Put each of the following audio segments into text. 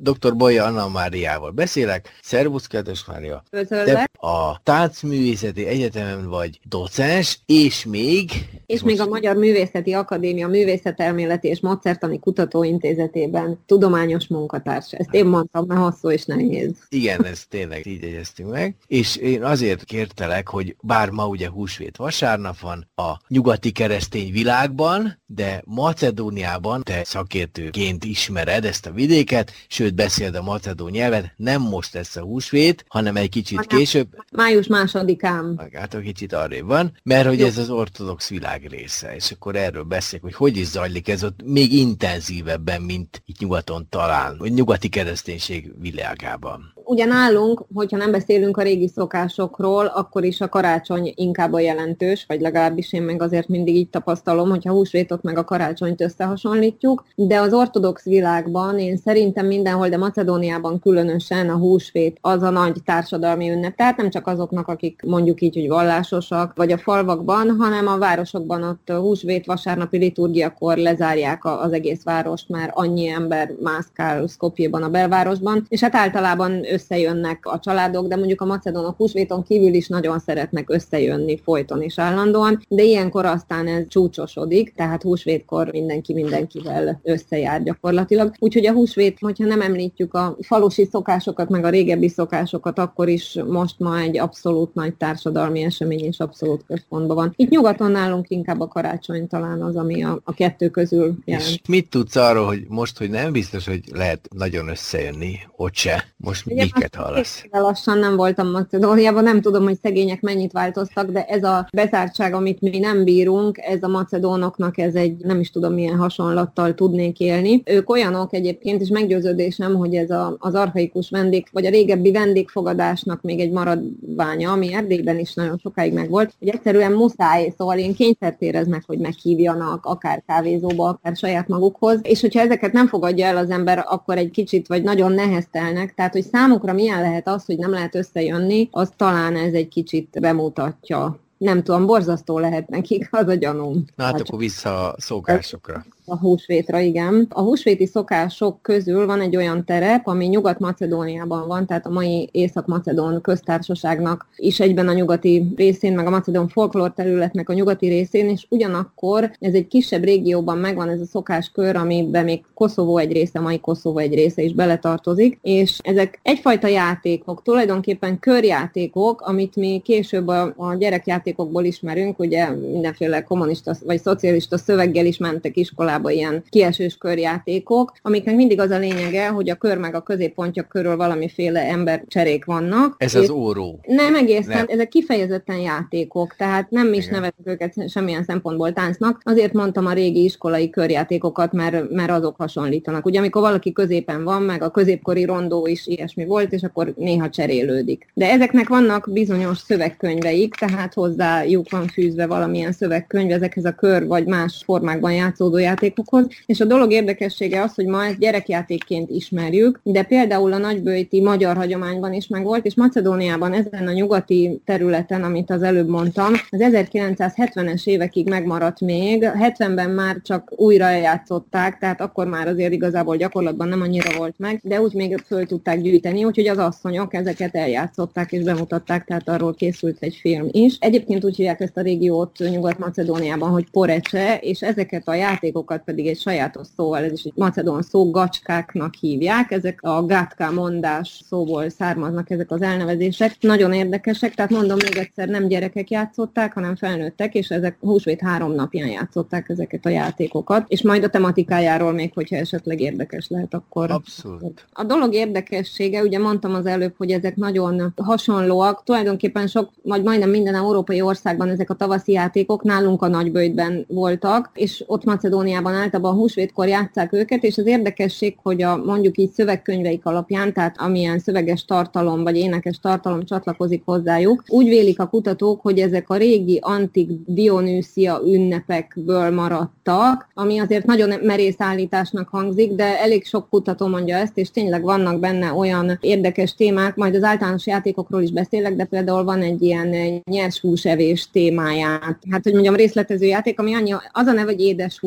Dr. Bolya Anna Máriával beszélek. Szervusz, kedves Mária! Te a Táncművészeti Egyetemen vagy docens, és még a Magyar Művészeti Akadémia Művészetelméleti és Módszertani Kutatóintézetében tudományos munkatárs. Ezt én mondtam, mert hosszú és nehéz. Igen, ezt tényleg így jegyeztünk meg. És én azért kértelek, hogy bár ma ugye húsvét vasárnap van a nyugati keresztény világban, de Macedóniában te szakértőként ismered ezt a vidéket, sőt beszéled a macedón nyelvet, nem most lesz a húsvét, hanem egy kicsit később. Május 2-án. Hát a kicsit arrébb van, mert hogy ez az ortodox világ része, és akkor erről beszélünk, hogy is zajlik ez ott még intenzívebben, mint itt nyugaton talán, vagy nyugati kereszténység világában. Ugye nálunk, hogyha nem beszélünk a régi szokásokról, akkor is a karácsony inkább a jelentős, vagy legalábbis én meg azért mindig így tapasztalom, hogyha húsvétot meg a karácsonyt összehasonlítjuk, de az ortodox világban én szerintem mindenhol, de Macedóniában különösen a húsvét az a nagy társadalmi ünnep. Tehát nem csak azoknak, akik mondjuk így, hogy vallásosak, vagy a falvakban, hanem a városokban ott húsvét vasárnapi liturgiakor lezárják az egész várost, mert annyi ember mászkál Skopjeban, a belvárosban, és hát általában összejönnek a családok, de mondjuk a macedónok húsvéton kívül is nagyon szeretnek összejönni folyton és állandóan, de ilyenkor aztán ez csúcsosodik, tehát húsvétkor mindenki mindenkivel összejár gyakorlatilag. Úgyhogy a húsvét, hogyha nem említjük a falusi szokásokat, meg a régebbi szokásokat, akkor is most ma egy abszolút nagy társadalmi esemény és abszolút központban van. Itt nyugaton nálunk inkább a karácsony talán az, ami a kettő közül jelent. És mit tudsz arról, hogy most, hogy nem biztos, hogy lehet nagyon összejönni, ott se. Most miket hallasz? Lassan nem voltam Macedóniában, nem tudom, hogy szegények mennyit változtak, de ez a bezártság, amit mi nem bírunk, ez a macedónoknak, ez egy, nem is tudom milyen hasonlattal tudnék élni. Ők olyanok egyébként, és meggyőződésem, hogy ez az archaikus vagy a régebbi vendégfogadásnak még egy maradványa, ami Erdélyben is nagyon sokáig megvolt, hogy egyszerűen muszáj, szóval ilyen kényszert éreznek, hogy meghívjanak, akár kávézóba, akár saját magukhoz, és hogyha ezeket nem fogadja el az ember, akkor egy kicsit, vagy nagyon neheztelnek, tehát hogy számukra milyen lehet az, hogy nem lehet összejönni, az talán ez egy kicsit bemutatja. Nem tudom, borzasztó lehet nekik, az a gyanúm. Na hát akkor vissza a szokásokra. A húsvétra, igen. A húsvéti szokások közül van egy olyan terep, ami Nyugat-Macedóniában van, tehát a mai Észak-Macedón köztársaságnak is egyben a nyugati részén, meg a macedón folklór területnek a nyugati részén, és ugyanakkor ez egy kisebb régióban megvan ez a szokáskör, amiben még Koszovó egy része, mai Koszovó egy része is beletartozik, és ezek egyfajta játékok, tulajdonképpen körjátékok, amit mi később a gyerekjátékokból ismerünk, ugye mindenféle kommunista vagy szocialista szöveggel is mentek iskolába ilyen kiesős körjátékok, amiknek mindig az a lényege, hogy a kör meg a középpontja körül valamiféle embercserék vannak. Ez az óró. Nem egészen, nem. Ezek kifejezetten játékok, tehát nem is nevezünk őket semmilyen szempontból táncnak. Azért mondtam a régi iskolai körjátékokat, mert azok hasonlítanak. Ugye amikor valaki középen van, meg a középkori rondó is ilyesmi volt, és akkor néha cserélődik. De ezeknek vannak bizonyos szövegkönyveik, tehát hozzájuk van fűzve valamilyen szövegkönyv ezekhez a kör vagy más formákban játszódó játékokhoz, és a dolog érdekessége az, hogy ma ezt gyerekjátékként ismerjük, de például a nagyböjti magyar hagyományban is megvolt, és Macedóniában ezen a nyugati területen, amit az előbb mondtam, az 1970-es évekig megmaradt még, 70-ben már csak újra játszották, tehát akkor már azért igazából gyakorlatban nem annyira volt meg, de úgy még föl tudták gyűjteni, úgyhogy az asszonyok ezeket eljátszották és bemutatták, tehát arról készült egy film is. Egyébként úgy hívják ezt a régiót Nyugat-Macedóniában, hogy Porecse, és ezeket a játékokat pedig egy sajátos szóval, ez is egy macedón szó, gacskáknak hívják, ezek a gátka mondás szóból származnak ezek az elnevezések. Nagyon érdekesek, tehát mondom még egyszer, nem gyerekek játszották, hanem felnőttek, és ezek húsvét 3 napján játszották ezeket a játékokat, és majd a tematikájáról még, hogyha esetleg érdekes lehet, akkor... Abszolút. A dolog érdekessége, ugye mondtam az előbb, hogy ezek nagyon hasonlóak, tulajdonképpen sok, vagy majdnem minden európai országban ezek a tavaszi játékok nálunk a Nagyböjtben voltak, és ott Macedóniában általában húsvétkor játsszák őket, és az érdekesség, hogy a mondjuk így szövegkönyveik alapján, tehát amilyen szöveges tartalom vagy énekes tartalom csatlakozik hozzájuk, úgy vélik a kutatók, hogy ezek a régi antik Dionűszia ünnepekből maradtak, ami azért nagyon merész állításnak hangzik, de elég sok kutató mondja ezt, és tényleg vannak benne olyan érdekes témák, majd az általános játékokról is beszélek, de például van egy ilyen nyers húsevés témáját, hát hogy mondjam részletező játék, ami annyi, az a neve, hogy édes hús, és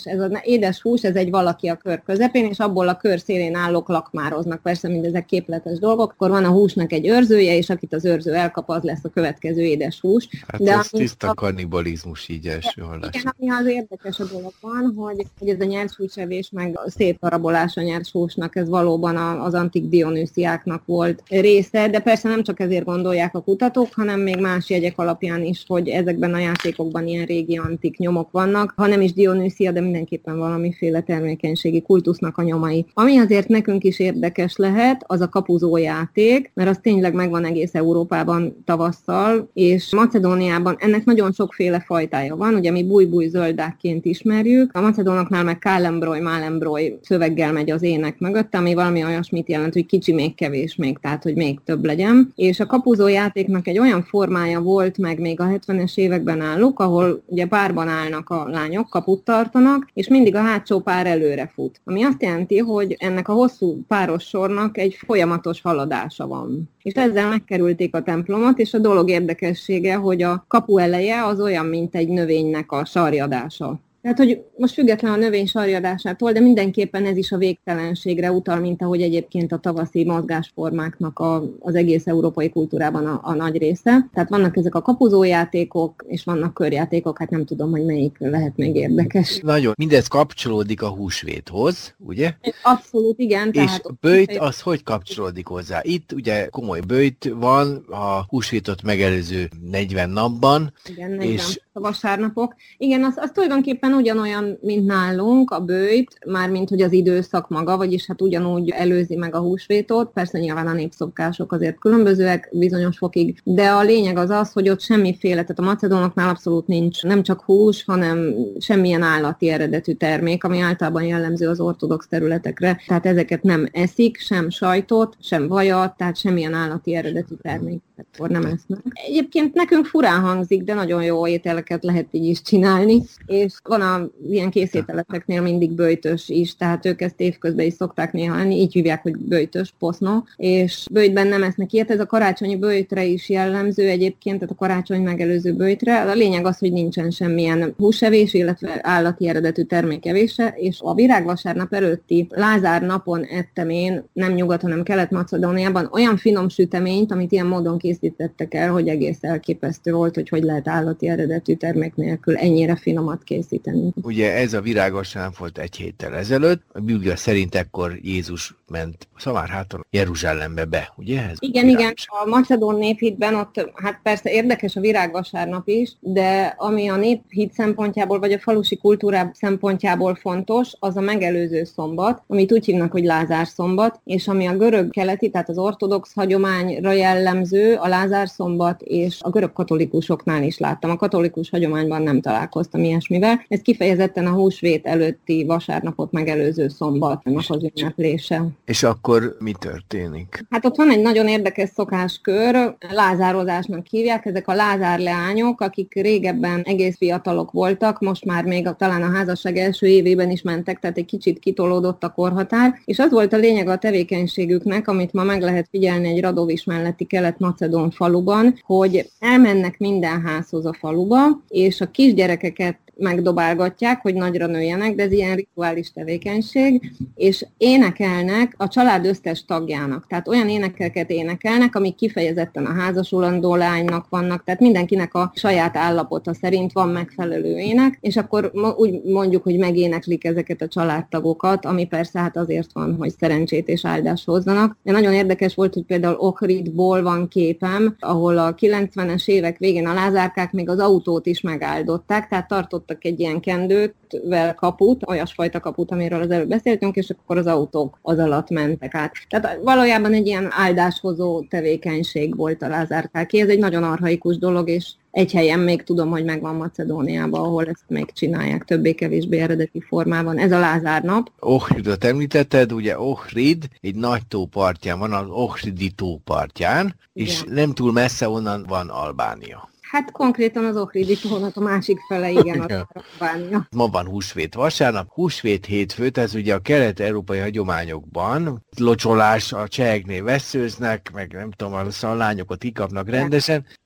és ez az édes hús, ez egy valaki a kör közepén, és abból a kör szélén állók lakmároznak. Persze mindezek képletes dolgok, akkor van a húsnak egy őrzője, és akit az őrző elkap, az lesz a következő édes hús. Hát de ez tiszta kannibalizmus így első hallásra. Igen, ami az érdekes a dologban, hogy ez a nyers húsevés, meg a szétdarabolás a nyers húsnak, ez valóban az antik Dionüsziáknak volt része, de persze nem csak ezért gondolják a kutatók, hanem még más jegyek alapján is, hogy ezekben a játékokban ilyen régi antik nyomok vannak, ha nem is Dionüszia, de mindenképpen valamiféle termékenységi kultusznak a nyomai. Ami azért nekünk is érdekes lehet, az a kapuzó játék, mert az tényleg megvan egész Európában tavasszal, és Macedóniában ennek nagyon sokféle fajtája van, ugye mi búj-búj zöldákként ismerjük, a macedónoknál meg kálembroj, málembroj szöveggel megy az ének mögött, ami valami olyasmit jelent, hogy kicsi még kevés még, tehát hogy még több legyen. És a kapuzó játéknak egy olyan formája volt meg még a 70-es években náluk, ahol ugye párban állnak a lányok, kaput tartanak, és mindig a hátsó pár előre fut. Ami azt jelenti, hogy ennek a hosszú páros sornak egy folyamatos haladása van. És ezzel megkerülték a templomot, és a dolog érdekessége, hogy a kapu eleje az olyan, mint egy növénynek a sarjadása. Tehát, hogy most független a növény sarjadásától, de mindenképpen ez is a végtelenségre utal, mint ahogy egyébként a tavaszi mozgásformáknak az egész európai kultúrában a nagy része. Tehát vannak ezek a kapuzójátékok, és vannak körjátékok, hát nem tudom, hogy melyik lehet még érdekes. Nagyon. Mindez kapcsolódik a húsvéthoz, ugye? Abszolút, igen. És a böjt az hogy kapcsolódik hozzá? Itt ugye komoly böjt van a húsvétot megelőző 40 napban. Igen, 40 és a vasárnapok. Igen, az tulajdonképpen ugyanolyan, mint nálunk a böjt, mármint hogy az időszak maga, vagyis hát ugyanúgy előzi meg a húsvétot, persze nyilván a népszokások azért különbözőek bizonyos fokig, de a lényeg az, hogy ott semmiféle, tehát a macedónoknál abszolút nincs nem csak hús, hanem semmilyen állati eredetű termék, ami általában jellemző az ortodox területekre, tehát ezeket nem eszik, sem sajtot, sem vajat, tehát semmilyen állati eredetű termék, akkor nem esznek. Egyébként nekünk furán hangzik, de nagyon jó ételeket lehet így is csinálni, és van ilyen készételeteknél mindig böjtös is, tehát ők ezt évközben is szokták néha enni, így hívják, hogy böjtös, posznó, és böjtben nem esznek ilyet, ez a karácsonyi böjtre is jellemző egyébként, tehát a karácsony megelőző böjtre. A lényeg az, hogy nincsen semmilyen húsevés, illetve állati eredetű termékevése, és a virágvasárnap előtti Lázár napon ettem én, nem nyugat, hanem Kelet-Macedóniában olyan finom süteményt, amit ilyen módon készítettek el, hogy egész elképesztő volt, hogy lehet állati eredetű termék nélkül ennyire finomat készíteni. Ugye ez a virágvasárnap volt egy héttel ezelőtt, a Biblia szerint ekkor Jézus ment Szamárháton Jeruzsálembe be, ugye? Ez igen, a macedón néphitben ott, hát persze érdekes a virágvasárnap is, de ami a néphit szempontjából, vagy a falusi kultúrá szempontjából fontos, az a megelőző szombat, amit úgy hívnak, hogy Lázár szombat, és ami a görög keleti, tehát az ortodox hagyományra jellemző, a Lázár szombat, és a görög katolikusoknál is láttam. A katolikus hagyományban nem találkoztam ilyesmivel. Ez kifejezetten a húsvét előtti vasárnapot megelőző szombatnak az ünneplése. És akkor mi történik? Hát ott van egy nagyon érdekes szokáskör, lázározásnak hívják, ezek a Lázár leányok, akik régebben egész fiatalok voltak, most már még talán a házasság első évében is mentek, tehát egy kicsit kitolódott a korhatár, és az volt a lényeg a tevékenységüknek, amit ma meg lehet figyelni egy Radovics melletti kelet-macedón faluban, hogy elmennek minden házhoz a faluba, és a kisgyerekeket megdobálgatják, hogy nagyra nőjenek, de ez ilyen rituális tevékenység, és énekelnek a család összes tagjának. Tehát olyan énekeket énekelnek, amik kifejezetten a házasulandó lánynak vannak, tehát mindenkinek a saját állapota szerint van megfelelő ének, és akkor úgy mondjuk, hogy megéneklik ezeket a családtagokat, ami persze hát azért van, hogy szerencsét és áldást hozzanak. De nagyon érdekes volt, hogy például Ohridból van képem, ahol a 90-es évek végén a lázárkák még az autót is megáldották, tehát tartottak egy ilyen kendővel kaput, olyasfajta kaput, amiről az előbb beszéltünk, és akkor az autók az alatt mentek át. Tehát valójában egy ilyen áldáshozó tevékenység volt a lázárkáké. Ez egy nagyon archaikus dolog, és egy helyen még tudom, hogy megvan Macedóniában, ahol ezt még csinálják többé-kevésbé eredeti formában. Ez a Lázárnap. Ohridot említetted, ugye Ohrid egy nagy tó partján van, az Ohridi tó partján, és nem túl messze onnan van Albánia. Hát konkrétan az Ohridi tónak a másik fele, igen, az Albánia. Ma van húsvét vasárnap, húsvét hétfőt, ez ugye a kelet-európai hagyományokban locsolás, a cseheknél veszőznek, meg nem tudom, a lányokat kikapnak rendesen,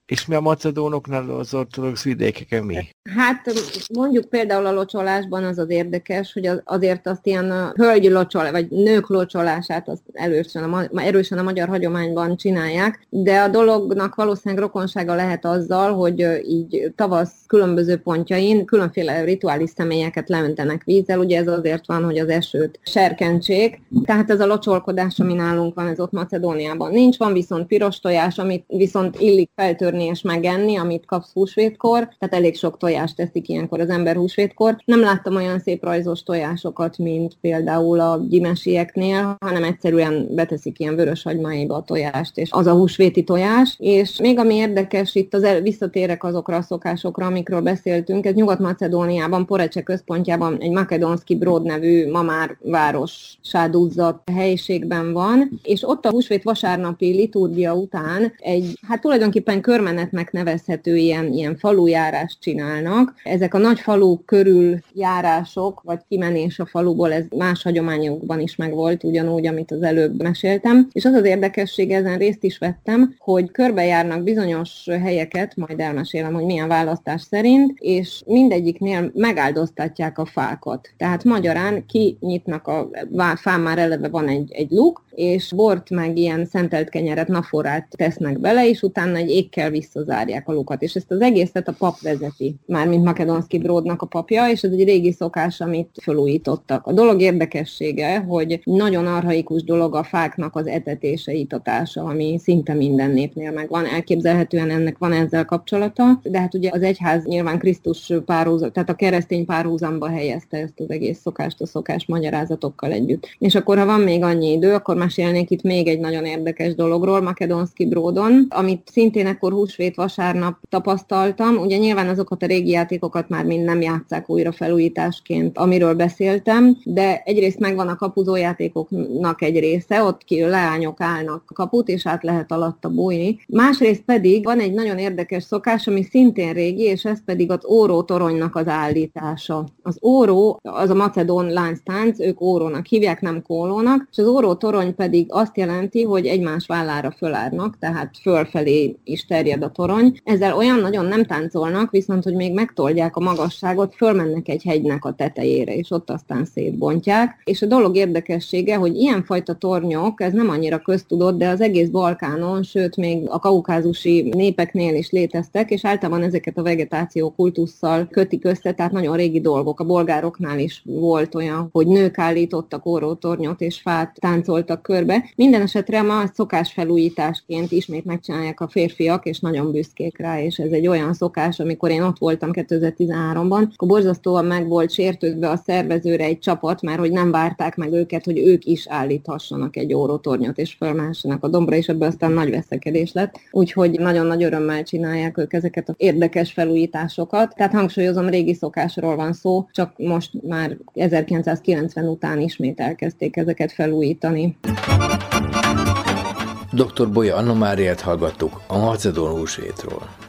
És mi a macedónoknál az ortodox vidékeken mi? Hát mondjuk például a locsolásban az érdekes, hogy azért azt ilyen hölgy locsolás, vagy nők locsolását azt erősen a magyar hagyományban csinálják, de a dolognak valószínűleg rokonsága lehet azzal, hogy így tavasz különböző pontjain különféle rituális személyeket leöntenek vízzel, ugye ez azért van, hogy az esőt serkentsék. Tehát ez a locsolkodás, ami nálunk van, ez ott Macedóniában nincs, van viszont piros tojás, amit viszont illik feltörni és megenni, amit kapsz húsvétkor, tehát elég sok tojást teszik ilyenkor az ember húsvétkor. Nem láttam olyan szép rajzos tojásokat, mint például a gyimesieknél, hanem egyszerűen beteszik ilyen vörös hagymáiba a tojást, és az a húsvéti tojás. És még ami érdekes, itt visszatérek azokra a szokásokra, amikről beszéltünk, ez Nyugat-Macedóniában, Porecse központjában egy Makedonski Brod nevű ma már város sádúzzat helyiségben van, és ott a húsvét vasárnapi liturgia után hát tulajdonképpen körmenetnek nevezhető ilyen falujárást csinálnak. Ezek a nagy falu körül járások, vagy kimenés a faluból, ez más hagyományokban is megvolt, ugyanúgy, amit az előbb meséltem. És az érdekesség, ezen részt is vettem, hogy körbejárnak bizonyos helyeket, majd elmesélem, hogy milyen választás szerint, és mindegyiknél megáldoztatják a fákat. Tehát magyarán kinyitnak a fán, már eleve van egy luk, és bort meg ilyen szentelt kenyeret, naforát tesznek bele, és utána egy ékkel visszazárják a lukat. És ezt az egészet a pap vezeti, mármint Makedonski Brodnak a papja, és ez egy régi szokás, amit felújítottak. A dolog érdekessége, hogy nagyon archaikus dolog a fáknak az etetése, itatása, ami szinte minden népnél megvan. Elképzelhetően ennek van ezzel kapcsolata, de hát ugye az egyház nyilván Krisztus párhuzam, tehát a keresztény párhuzamba helyezte ezt az egész szokást a szokás magyarázatokkal együtt. És akkor, ha van még annyi idő, akkor mesélnék itt még egy nagyon érdekes dologról, Makedonski Brodon, amit szintén ekkor húsvét vasárnap tapasztaltam. Ugye nyilván azokat a régi játékokat már mind nem játsszák újra felújításként, amiről beszéltem, de egyrészt megvan a kapuzójátékoknak egy része, ott ki leányok állnak a kaput, és át lehet alatta bújni. Másrészt pedig van egy nagyon érdekes szokás, ami szintén régi, és ez pedig az óró toronynak az állítása. Az óró, az a macedón lánctánc, ők órónak hívják, nem kólónak, és az óró torony pedig azt jelenti, hogy egymás vállára fölállnak, tehát fölfelé is terjed a torony. Ezzel olyan nagyon nem táncolnak, viszont hogy még megtoldják a magasságot, fölmennek egy hegynek a tetejére, és ott aztán szétbontják. És a dolog érdekessége, hogy ilyenfajta tornyok, ez nem annyira köztudott, de az egész Balkánon, sőt még a kaukázusi népeknél is léteztek, és általában ezeket a vegetáció kultusszal kötik össze, tehát nagyon régi dolgok. A bolgároknál is volt olyan, hogy nők állítottak órótornyot és fát táncoltak körbe. Minden esetre ma szokásfelújításként ismét megcsinálják a férfiak, és nagyon büszkék rá, és ez egy olyan szokás, amikor én ott voltam 2013-ban, akkor borzasztóan meg volt sértődve a szervezőre egy csapat, mert hogy nem várták meg őket, hogy ők is állíthassanak egy órótornyot, és fölmássanak a dombra, és ebből aztán nagy veszekedés lett. Úgyhogy nagyon nagy örömmel csinálják ők ezeket az érdekes felújításokat. Tehát hangsúlyozom, régi szokásról van szó, csak most már 1990 után ismét elkezdték ezeket felújítani. Dr. Bolya Anna Máriát hallgattuk a macedón húsvétról.